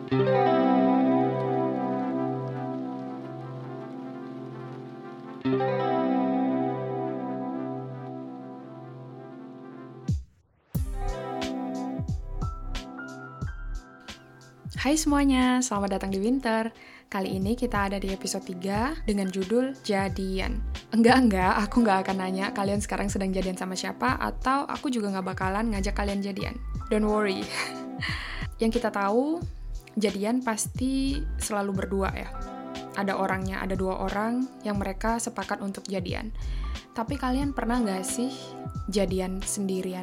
Hai semuanya, selamat datang di Winter. Kali ini kita ada di episode 3 dengan judul Jadian. Enggak, aku nggak akan nanya kalian sekarang sedang jadian sama siapa, atau aku juga nggak bakalan ngajak kalian jadian. Don't worry. Yang kita tahu, jadian pasti selalu berdua ya. Ada orangnya, ada 2 orang yang mereka sepakat untuk jadian. Tapi kalian pernah nggak sih jadian sendirian?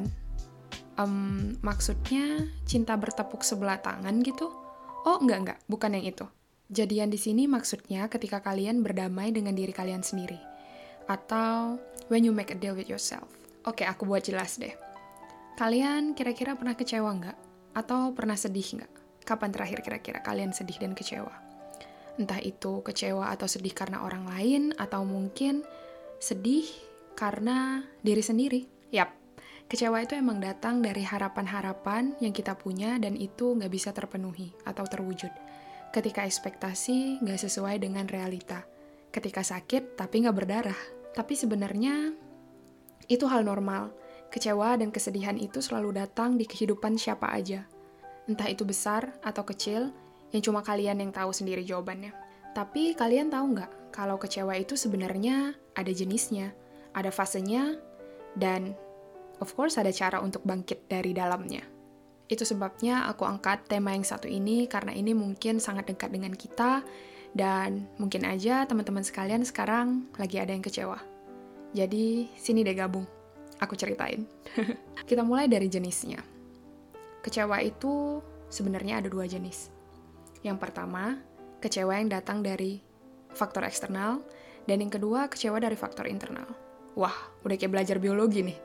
Maksudnya cinta bertepuk sebelah tangan gitu? Oh, enggak, bukan yang itu. Jadian di sini maksudnya ketika kalian berdamai dengan diri kalian sendiri. Atau when you make a deal with yourself. Oke, aku buat jelas deh. Kalian kira-kira pernah kecewa nggak? Atau pernah sedih nggak? Kapan terakhir kira-kira kalian sedih dan kecewa? Entah itu kecewa atau sedih karena orang lain, atau mungkin sedih karena diri sendiri. Yap. Kecewa itu emang datang dari harapan-harapan yang kita punya dan itu nggak bisa terpenuhi atau terwujud. Ketika ekspektasi nggak sesuai dengan realita. Ketika sakit tapi nggak berdarah. Tapi sebenarnya itu hal normal. Kecewa dan kesedihan itu selalu datang di kehidupan siapa aja. Entah itu besar atau kecil, yang cuma kalian yang tahu sendiri jawabannya. Tapi kalian tahu nggak kalau kecewa itu sebenarnya ada jenisnya, ada fasenya, dan of course, ada cara untuk bangkit dari dalamnya. Itu sebabnya aku angkat tema yang satu ini, karena ini mungkin sangat dekat dengan kita, dan mungkin aja teman-teman sekalian sekarang lagi ada yang kecewa. Jadi, sini deh gabung. Aku ceritain. Kita mulai dari jenisnya. Kecewa itu sebenarnya ada 2 jenis. Yang pertama, kecewa yang datang dari faktor eksternal, dan yang kedua, kecewa dari faktor internal. Wah, udah kayak belajar biologi nih.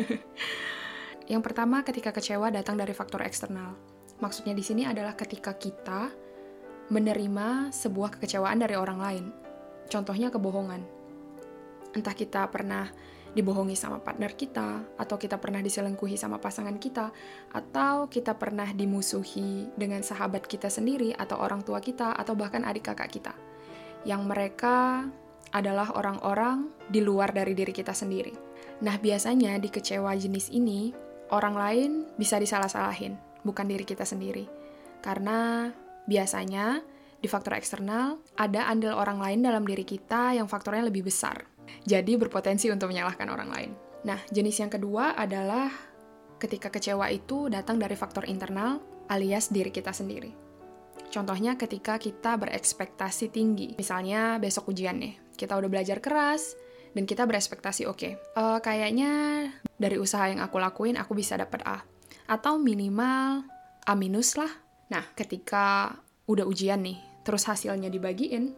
Yang pertama, ketika kecewa datang dari faktor eksternal. Maksudnya di sini adalah ketika kita menerima sebuah kekecewaan dari orang lain. Contohnya kebohongan. Entah kita pernah dibohongi sama partner kita, atau kita pernah diselingkuhi sama pasangan kita, atau kita pernah dimusuhi dengan sahabat kita sendiri, atau orang tua kita, atau bahkan adik kakak kita. Yang mereka adalah orang-orang di luar dari diri kita sendiri. Nah, biasanya di kecewa jenis ini, orang lain bisa disalah-salahin, bukan diri kita sendiri. Karena biasanya di faktor eksternal, ada andil orang lain dalam diri kita yang faktornya lebih besar. Jadi berpotensi untuk menyalahkan orang lain. Nah, jenis yang kedua adalah ketika kecewa itu datang dari faktor internal alias diri kita sendiri. Contohnya ketika kita berekspektasi tinggi. Misalnya besok ujian nih, kita udah belajar keras, dan kita berekspektasi, kayaknya dari usaha yang aku lakuin, aku bisa dapat A. Atau minimal A- lah. Nah, ketika udah ujian nih, terus hasilnya dibagiin,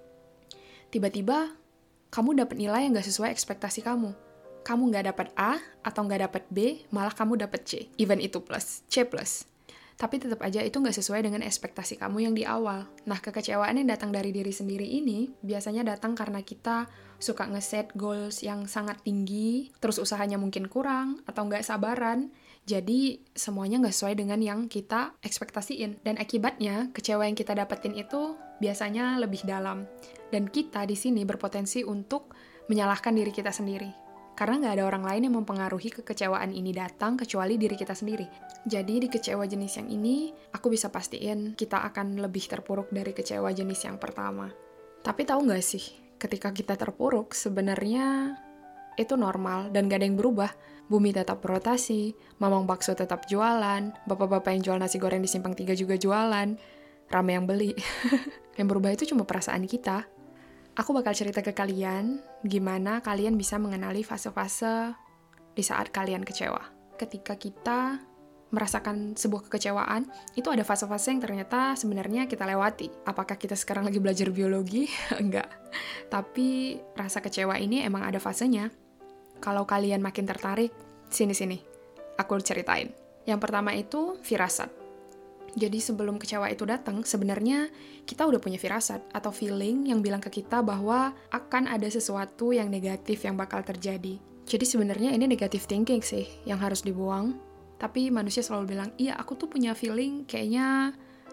tiba-tiba kamu dapat nilai yang gak sesuai ekspektasi kamu. Kamu gak dapat A, atau gak dapat B, malah kamu dapat C. Even itu plus, C plus. Tapi tetap aja itu nggak sesuai dengan ekspektasi kamu yang di awal. Nah, kekecewaan yang datang dari diri sendiri ini biasanya datang karena kita suka ngeset goals yang sangat tinggi, terus usahanya mungkin kurang, atau nggak sabaran. Jadi, semuanya nggak sesuai dengan yang kita ekspektasiin. Dan akibatnya, kecewa yang kita dapetin itu biasanya lebih dalam. Dan kita di sini berpotensi untuk menyalahkan diri kita sendiri. Karena nggak ada orang lain yang mempengaruhi kekecewaan ini datang kecuali diri kita sendiri. Jadi di kecewa jenis yang ini, aku bisa pastiin kita akan lebih terpuruk dari kecewa jenis yang pertama. Tapi tahu nggak sih, ketika kita terpuruk, sebenarnya itu normal dan gak ada yang berubah. Bumi tetap berotasi, mamang bakso tetap jualan, bapak-bapak yang jual nasi goreng di Simpang 3 juga jualan, rame yang beli. Yang berubah itu cuma perasaan kita. Aku bakal cerita ke kalian gimana kalian bisa mengenali fase-fase di saat kalian kecewa. Ketika kita merasakan sebuah kekecewaan, itu ada fase-fase yang ternyata sebenarnya kita lewati. Apakah kita sekarang lagi belajar biologi? Enggak. Tapi rasa kecewa ini emang ada fasenya. Kalau kalian makin tertarik, sini-sini. Aku ceritain. Yang pertama itu firasat. Jadi sebelum kecewa itu datang, sebenarnya kita udah punya firasat atau feeling yang bilang ke kita bahwa akan ada sesuatu yang negatif yang bakal terjadi. Jadi sebenarnya ini negative thinking sih yang harus dibuang. Tapi manusia selalu bilang, iya aku tuh punya feeling kayaknya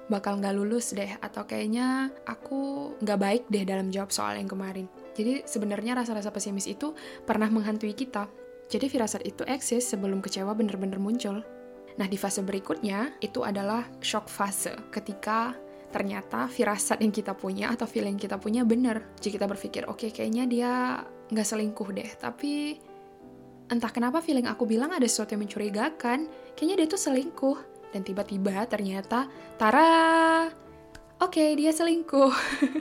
bakal nggak lulus deh, atau kayaknya aku nggak baik deh dalam jawab soal yang kemarin. Jadi sebenarnya rasa-rasa pesimis itu pernah menghantui kita. Jadi firasat itu eksis sebelum kecewa benar-benar muncul. Nah, di fase berikutnya itu adalah shock fase, ketika ternyata firasat yang kita punya atau feeling kita punya benar. Jadi kita berpikir, oke, kayaknya dia nggak selingkuh deh, tapi entah kenapa feeling aku bilang ada sesuatu yang mencurigakan, kayaknya dia tuh selingkuh. Dan tiba-tiba ternyata, tara, oke, dia selingkuh.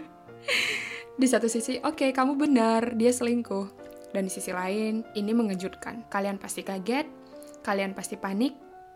Di satu sisi, oke, kamu benar, dia selingkuh. Dan di sisi lain, ini mengejutkan. Kalian pasti kaget, kalian pasti panik,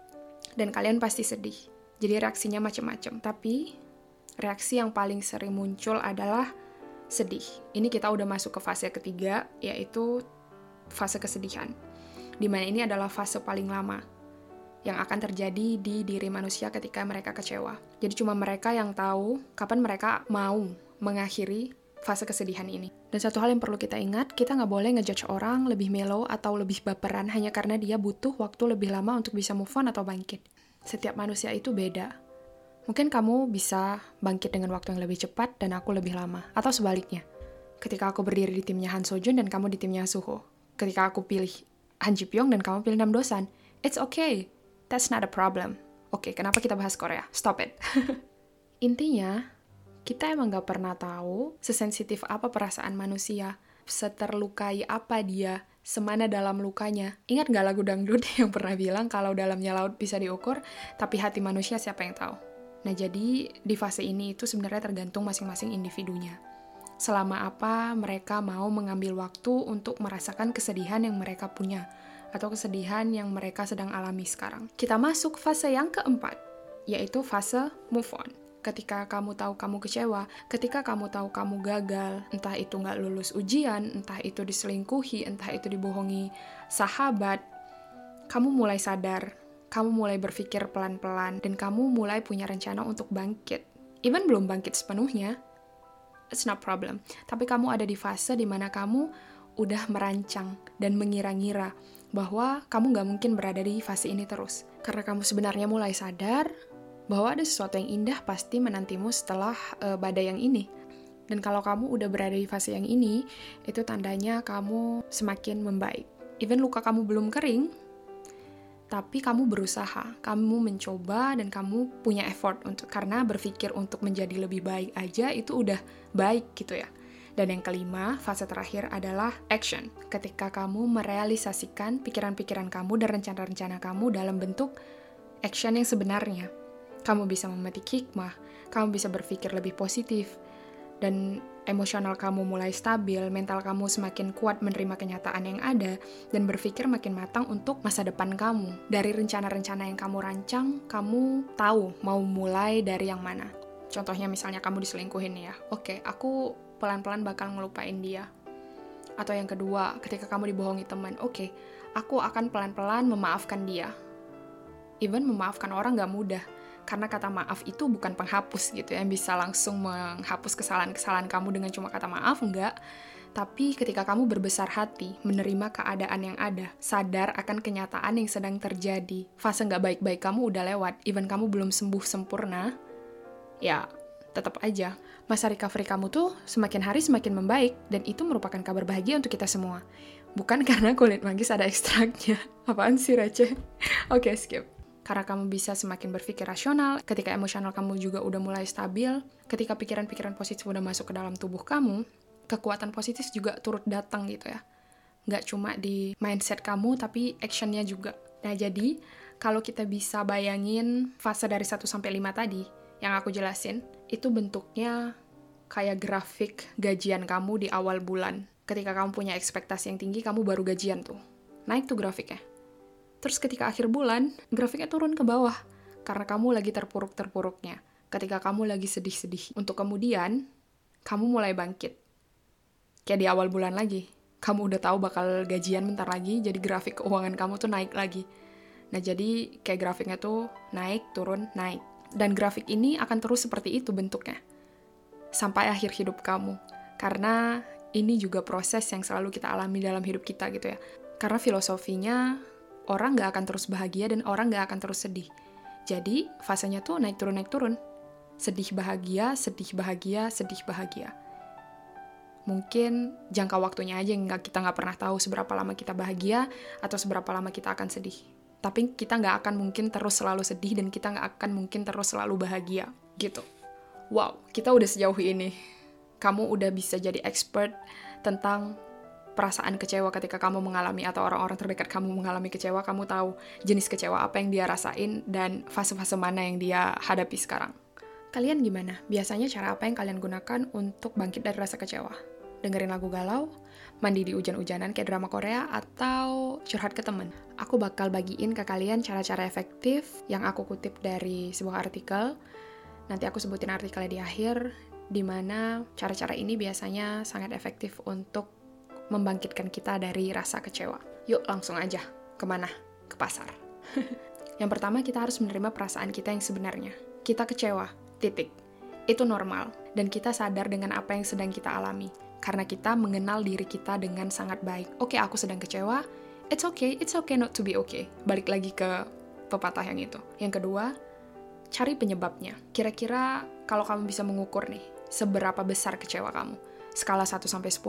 dan kalian pasti sedih. Jadi reaksinya macam-macam. Tapi reaksi yang paling sering muncul adalah sedih. Ini kita udah masuk ke fase ketiga, yaitu fase kesedihan. Dimana ini adalah fase paling lama yang akan terjadi di diri manusia ketika mereka kecewa. Jadi cuma mereka yang tahu kapan mereka mau mengakhiri fase kesedihan ini. Dan satu hal yang perlu kita ingat, kita nggak boleh ngejudge orang lebih mellow atau lebih baperan hanya karena dia butuh waktu lebih lama untuk bisa move on atau bangkit. Setiap manusia itu beda. Mungkin kamu bisa bangkit dengan waktu yang lebih cepat dan aku lebih lama. Atau sebaliknya. Ketika aku berdiri di timnya Han Sojun dan kamu di timnya Suho. Ketika aku pilih Han Ji Pyong dan kamu pilih Nam Dosan. It's okay. That's not a problem. Oke, kenapa kita bahas Korea? Stop it. Intinya, kita emang gak pernah tahu sesensitif apa perasaan manusia, seterlukai apa dia, semana dalam lukanya. Ingat gak lagu dangdut yang pernah bilang kalau dalamnya laut bisa diukur, tapi hati manusia siapa yang tahu? Nah, jadi di fase ini itu sebenarnya tergantung masing-masing individunya. Selama apa mereka mau mengambil waktu untuk merasakan kesedihan yang mereka punya, atau kesedihan yang mereka sedang alami sekarang. Kita masuk fase yang keempat, yaitu fase move on. Ketika kamu tahu kamu kecewa, ketika kamu tahu kamu gagal, entah itu nggak lulus ujian, entah itu diselingkuhi, entah itu dibohongi sahabat, kamu mulai sadar, kamu mulai berpikir pelan-pelan, dan kamu mulai punya rencana untuk bangkit. Even belum bangkit sepenuhnya, it's not problem. Tapi kamu ada di fase dimana kamu udah merancang dan mengira-ngira bahwa kamu gak mungkin berada di fase ini terus. Karena kamu sebenarnya mulai sadar bahwa ada sesuatu yang indah pasti menantimu setelah badai yang ini. Dan kalau kamu udah berada di fase yang ini, itu tandanya kamu semakin membaik. Even luka kamu belum kering, tapi kamu berusaha, kamu mencoba dan kamu punya effort karena berpikir untuk menjadi lebih baik aja itu udah baik gitu ya. Dan yang kelima, fase terakhir adalah action. Ketika kamu merealisasikan pikiran-pikiran kamu dan rencana-rencana kamu dalam bentuk action yang sebenarnya. Kamu bisa memetik hikmah, kamu bisa berpikir lebih positif, dan emosional kamu mulai stabil, mental kamu semakin kuat menerima kenyataan yang ada, dan berpikir makin matang untuk masa depan kamu. Dari rencana-rencana yang kamu rancang, kamu tahu mau mulai dari yang mana. Contohnya misalnya kamu diselingkuhin ya, oke, aku pelan-pelan bakal ngelupain dia. Atau yang kedua, ketika kamu dibohongi teman, oke, aku akan pelan-pelan memaafkan dia. Even memaafkan orang gak mudah, karena kata maaf itu bukan penghapus gitu ya, yang bisa langsung menghapus kesalahan-kesalahan kamu dengan cuma kata maaf, enggak. Tapi ketika kamu berbesar hati, menerima keadaan yang ada, sadar akan kenyataan yang sedang terjadi, fase gak baik-baik kamu udah lewat, even kamu belum sembuh sempurna, ya tetap aja, masa recovery kamu tuh semakin hari semakin membaik, dan itu merupakan kabar bahagia untuk kita semua. Bukan karena kulit manggis ada ekstraknya. Apaan sih receh? Oke, skip. Karena kamu bisa semakin berpikir rasional, ketika emosional kamu juga udah mulai stabil, ketika pikiran-pikiran positif udah masuk ke dalam tubuh kamu, kekuatan positif juga turut datang gitu ya. Nggak cuma di mindset kamu, tapi actionnya juga. Nah, jadi, kalau kita bisa bayangin fase dari 1-5 tadi, yang aku jelasin, itu bentuknya kayak grafik gajian kamu di awal bulan. Ketika kamu punya ekspektasi yang tinggi, kamu baru gajian tuh. Naik tuh grafiknya. Terus ketika akhir bulan, grafiknya turun ke bawah. Karena kamu lagi terpuruk-terpuruknya. Ketika kamu lagi sedih-sedih. Untuk kemudian, kamu mulai bangkit. Kayak di awal bulan lagi. Kamu udah tahu bakal gajian bentar lagi, jadi grafik keuangan kamu tuh naik lagi. Nah, jadi kayak grafiknya tuh naik, turun, naik. Dan grafik ini akan terus seperti itu bentuknya. Sampai akhir hidup kamu. Karena ini juga proses yang selalu kita alami dalam hidup kita gitu ya. Karena filosofinya, orang gak akan terus bahagia dan orang gak akan terus sedih. Jadi, fasenya tuh naik turun, naik turun. sedih bahagia, sedih bahagia, sedih bahagia. Mungkin jangka waktunya aja yang kita nggak pernah tahu seberapa lama kita bahagia atau seberapa lama kita akan sedih. Tapi kita nggak akan mungkin terus selalu sedih dan kita nggak akan mungkin terus selalu bahagia, gitu. Wow, kita udah sejauh ini. Kamu udah bisa jadi expert tentang perasaan kecewa ketika kamu mengalami atau orang-orang terdekat kamu mengalami kecewa. Kamu tahu jenis kecewa apa yang dia rasain dan fase-fase mana yang dia hadapi sekarang. Kalian gimana? Biasanya cara apa yang kalian gunakan untuk bangkit dari rasa kecewa? Dengerin lagu galau, mandi di hujan-hujanan kayak drama Korea, atau curhat ke temen? Aku bakal bagiin ke kalian cara-cara efektif yang aku kutip dari sebuah artikel. Nanti aku sebutin artikelnya di akhir, di mana cara-cara ini biasanya sangat efektif untuk membangkitkan kita dari rasa kecewa. Yuk langsung aja. Kemana? Ke pasar. Yang pertama, kita harus menerima perasaan kita yang sebenarnya. Kita kecewa. Titik. Itu normal. Dan kita sadar dengan apa yang sedang kita alami. Karena kita mengenal diri kita dengan sangat baik. Oke, aku sedang kecewa. It's okay not to be okay. Balik lagi ke pepatah yang itu. Yang kedua, cari penyebabnya. Kira-kira kalau kamu bisa mengukur nih, seberapa besar kecewa kamu? Skala 1-10,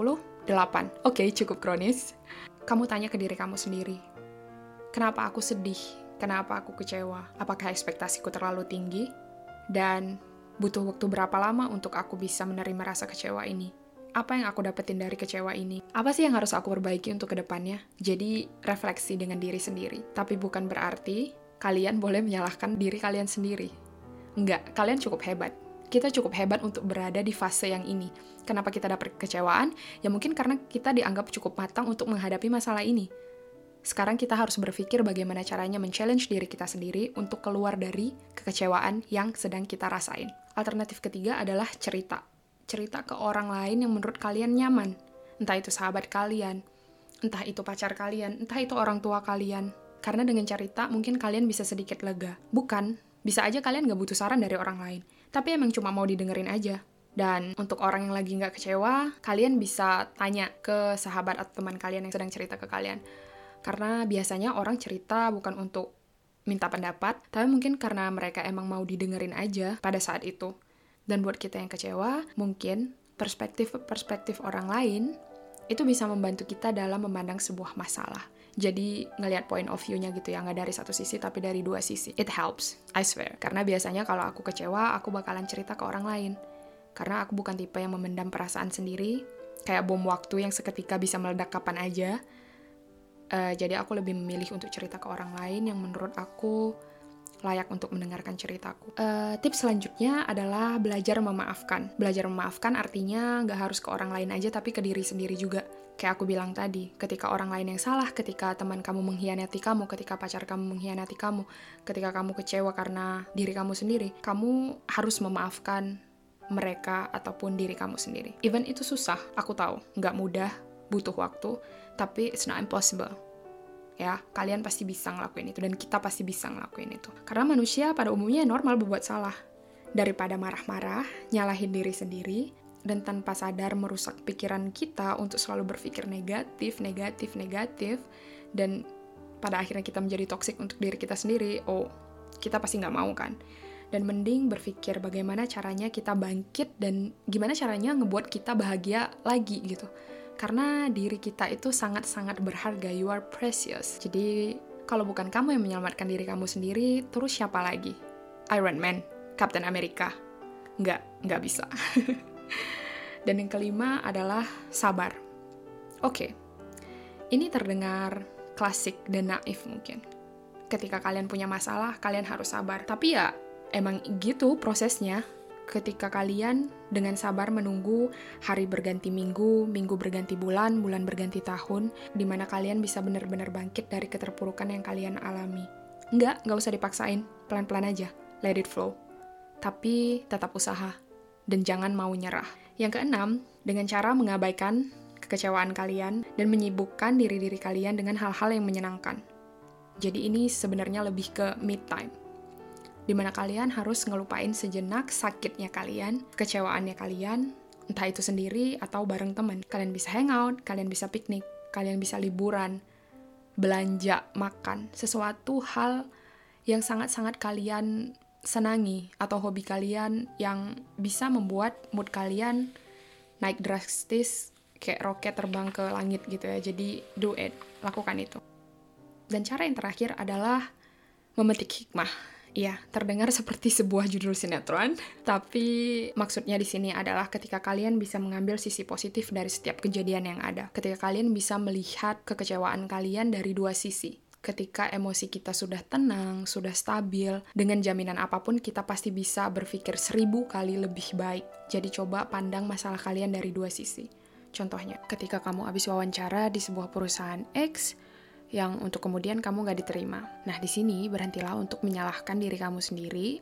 8. Oke, cukup kronis. Kamu tanya ke diri kamu sendiri. Kenapa aku sedih? Kenapa aku kecewa? Apakah ekspektasiku terlalu tinggi? Dan butuh waktu berapa lama untuk aku bisa menerima rasa kecewa ini? Apa yang aku dapetin dari kecewa ini? Apa sih yang harus aku perbaiki untuk kedepannya? Jadi, refleksi dengan diri sendiri. Tapi bukan berarti kalian boleh menyalahkan diri kalian sendiri. Enggak, kalian cukup hebat. Kita cukup hebat untuk berada di fase yang ini. Kenapa kita dapat kekecewaan? Ya mungkin karena kita dianggap cukup matang untuk menghadapi masalah ini. Sekarang kita harus berpikir bagaimana caranya men-challenge diri kita sendiri untuk keluar dari kekecewaan yang sedang kita rasain. Alternatif ketiga adalah cerita. Cerita ke orang lain yang menurut kalian nyaman. Entah itu sahabat kalian, entah itu pacar kalian, entah itu orang tua kalian. Karena dengan cerita mungkin kalian bisa sedikit lega. Bukan, bisa aja kalian gak butuh saran dari orang lain. Tapi emang cuma mau didengerin aja. Dan untuk orang yang lagi nggak kecewa, kalian bisa tanya ke sahabat atau teman kalian yang sedang cerita ke kalian. Karena biasanya orang cerita bukan untuk minta pendapat, tapi mungkin karena mereka emang mau didengerin aja pada saat itu. Dan buat kita yang kecewa, mungkin perspektif orang lain itu bisa membantu kita dalam memandang sebuah masalah. Jadi ngelihat point of view-nya gitu ya, nggak dari satu sisi tapi dari dua sisi. It helps, I swear. Karena biasanya kalau aku kecewa, aku bakalan cerita ke orang lain. Karena aku bukan tipe yang memendam perasaan sendiri, kayak bom waktu yang seketika bisa meledak kapan aja. Jadi aku lebih memilih untuk cerita ke orang lain yang menurut aku layak untuk mendengarkan ceritaku. Tips selanjutnya adalah belajar memaafkan. Belajar memaafkan artinya nggak harus ke orang lain aja, tapi ke diri sendiri juga. Kayak aku bilang tadi, ketika orang lain yang salah, ketika teman kamu mengkhianati kamu, ketika pacar kamu mengkhianati kamu, ketika kamu kecewa karena diri kamu sendiri, kamu harus memaafkan mereka ataupun diri kamu sendiri. Even itu susah, aku tahu, nggak mudah, butuh waktu, tapi it's not impossible. Ya, kalian pasti bisa ngelakuin itu, dan kita pasti bisa ngelakuin itu. Karena manusia pada umumnya normal berbuat salah. Daripada marah-marah, nyalahin diri sendiri, dan tanpa sadar merusak pikiran kita untuk selalu berpikir negatif, dan pada akhirnya kita menjadi toksik untuk diri kita sendiri, kita pasti nggak mau kan? Dan mending berpikir bagaimana caranya kita bangkit, dan gimana caranya ngebuat kita bahagia lagi gitu. Karena diri kita itu sangat-sangat berharga, you are precious. Jadi, kalau bukan kamu yang menyelamatkan diri kamu sendiri, terus siapa lagi? Iron Man? Captain America? Nggak bisa. Dan yang kelima adalah sabar. Oke, ini terdengar klasik dan naif mungkin. Ketika kalian punya masalah, kalian harus sabar. Tapi ya, emang gitu prosesnya. Ketika kalian dengan sabar menunggu hari berganti minggu, minggu berganti bulan, bulan berganti tahun, di mana kalian bisa benar-benar bangkit dari keterpurukan yang kalian alami. Nggak usah dipaksain, pelan-pelan aja, let it flow. Tapi tetap usaha, dan jangan mau nyerah. Yang keenam, dengan cara mengabaikan kekecewaan kalian dan menyibukkan diri-diri kalian dengan hal-hal yang menyenangkan. Jadi ini sebenarnya lebih ke me time, di mana kalian harus ngelupain sejenak sakitnya kalian, kecewaannya kalian, entah itu sendiri atau bareng teman. Kalian bisa hangout, kalian bisa piknik, kalian bisa liburan, belanja, makan, sesuatu hal yang sangat-sangat kalian senangi atau hobi kalian yang bisa membuat mood kalian naik drastis kayak roket terbang ke langit gitu ya. Jadi do it, lakukan itu. Dan cara yang terakhir adalah memetik hikmah. Iya, terdengar seperti sebuah judul sinetron, tapi maksudnya di sini adalah ketika kalian bisa mengambil sisi positif dari setiap kejadian yang ada. Ketika kalian bisa melihat kekecewaan kalian dari dua sisi. Ketika emosi kita sudah tenang, sudah stabil, dengan jaminan apapun kita pasti bisa berpikir 1000 kali lebih baik. Jadi coba pandang masalah kalian dari dua sisi. Contohnya, ketika kamu habis wawancara di sebuah perusahaan X, yang untuk kemudian kamu gak diterima. Nah, di sini berhentilah untuk menyalahkan diri kamu sendiri.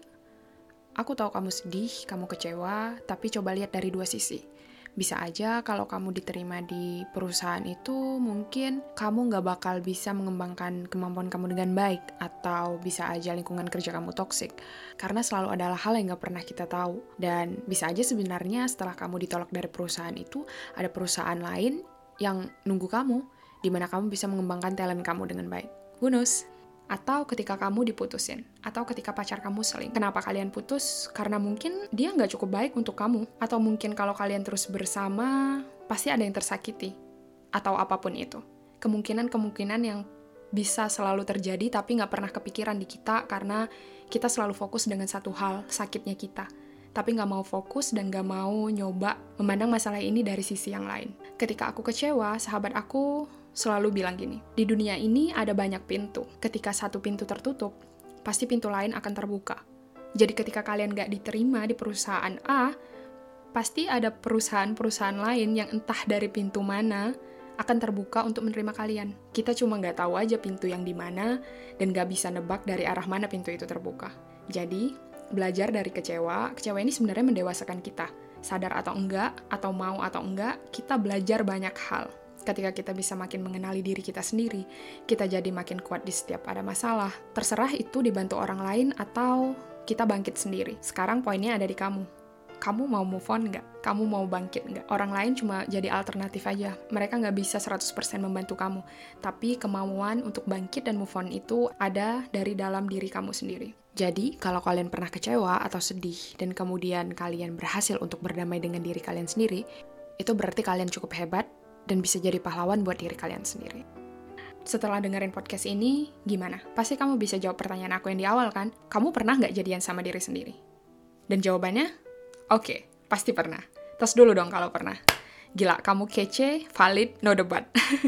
Aku tahu kamu sedih, kamu kecewa, tapi coba lihat dari dua sisi. Bisa aja kalau kamu diterima di perusahaan itu, mungkin kamu gak bakal bisa mengembangkan kemampuan kamu dengan baik, atau bisa aja lingkungan kerja kamu toksik, karena selalu adalah hal yang gak pernah kita tahu. Dan bisa aja sebenarnya setelah kamu ditolak dari perusahaan itu, ada perusahaan lain yang nunggu kamu, di mana kamu bisa mengembangkan talent kamu dengan baik. Who knows? Atau ketika kamu diputusin, atau ketika pacar kamu seling. Kenapa kalian putus? Karena mungkin dia nggak cukup baik untuk kamu. Atau mungkin kalau kalian terus bersama, pasti ada yang tersakiti. Atau apapun itu. Kemungkinan-kemungkinan yang bisa selalu terjadi, tapi nggak pernah kepikiran di kita, karena kita selalu fokus dengan satu hal, sakitnya kita. Tapi nggak mau fokus dan nggak mau nyoba memandang masalah ini dari sisi yang lain. Ketika aku kecewa, sahabat aku selalu bilang gini, di dunia ini ada banyak pintu. Ketika satu pintu tertutup, pasti pintu lain akan terbuka. Jadi ketika kalian nggak diterima di perusahaan A, pasti ada perusahaan-perusahaan lain yang entah dari pintu mana akan terbuka untuk menerima kalian. Kita cuma nggak tahu aja pintu yang di mana dan nggak bisa nebak dari arah mana pintu itu terbuka. Jadi, belajar dari kecewa. Kecewa ini sebenarnya mendewasakan kita. Sadar atau enggak, atau mau atau enggak, kita belajar banyak hal. Ketika kita bisa makin mengenali diri kita sendiri, kita jadi makin kuat di setiap ada masalah. Terserah itu dibantu orang lain atau kita bangkit sendiri. Sekarang poinnya ada di kamu. Kamu mau move on nggak? Kamu mau bangkit nggak? Orang lain cuma jadi alternatif aja. Mereka nggak bisa 100% membantu kamu. Tapi kemauan untuk bangkit dan move on itu ada dari dalam diri kamu sendiri. Jadi, kalau kalian pernah kecewa atau sedih, dan kemudian kalian berhasil untuk berdamai dengan diri kalian sendiri, itu berarti kalian cukup hebat, dan bisa jadi pahlawan buat diri kalian sendiri. Setelah dengerin podcast ini, gimana? Pasti kamu bisa jawab pertanyaan aku yang di awal kan? Kamu pernah nggak jadian sama diri sendiri? Dan jawabannya? Oke, pasti pernah. Tes dulu dong kalau pernah. Gila, kamu kece, valid, no debat.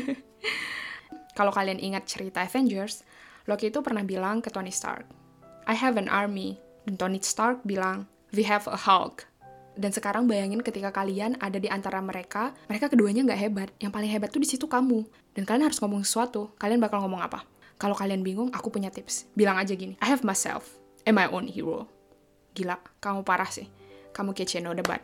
Kalau kalian ingat cerita Avengers, Loki itu pernah bilang ke Tony Stark, I have an army. Dan Tony Stark bilang, we have a Hulk. Dan sekarang bayangin ketika kalian ada di antara mereka keduanya nggak hebat. Yang paling hebat tuh di situ kamu. Dan kalian harus ngomong sesuatu. Kalian bakal ngomong apa? Kalau kalian bingung, aku punya tips. Bilang aja gini, I have myself, am my own hero. Gila, kamu parah sih. Kamu kece, no debat.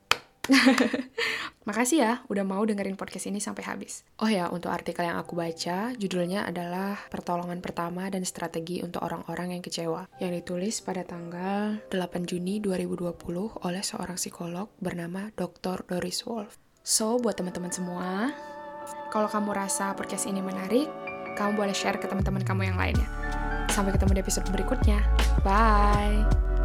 Makasih ya udah mau dengerin podcast ini sampai habis. Oh ya, untuk artikel yang aku baca, judulnya adalah Pertolongan Pertama dan Strategi untuk Orang-orang yang Kecewa, yang ditulis pada tanggal 8 Juni 2020 oleh seorang psikolog bernama Dr. Doris Wolf. So, buat teman-teman semua, kalau kamu rasa podcast ini menarik, kamu boleh share ke teman-teman kamu yang lainnya. Sampai ketemu di episode berikutnya. Bye!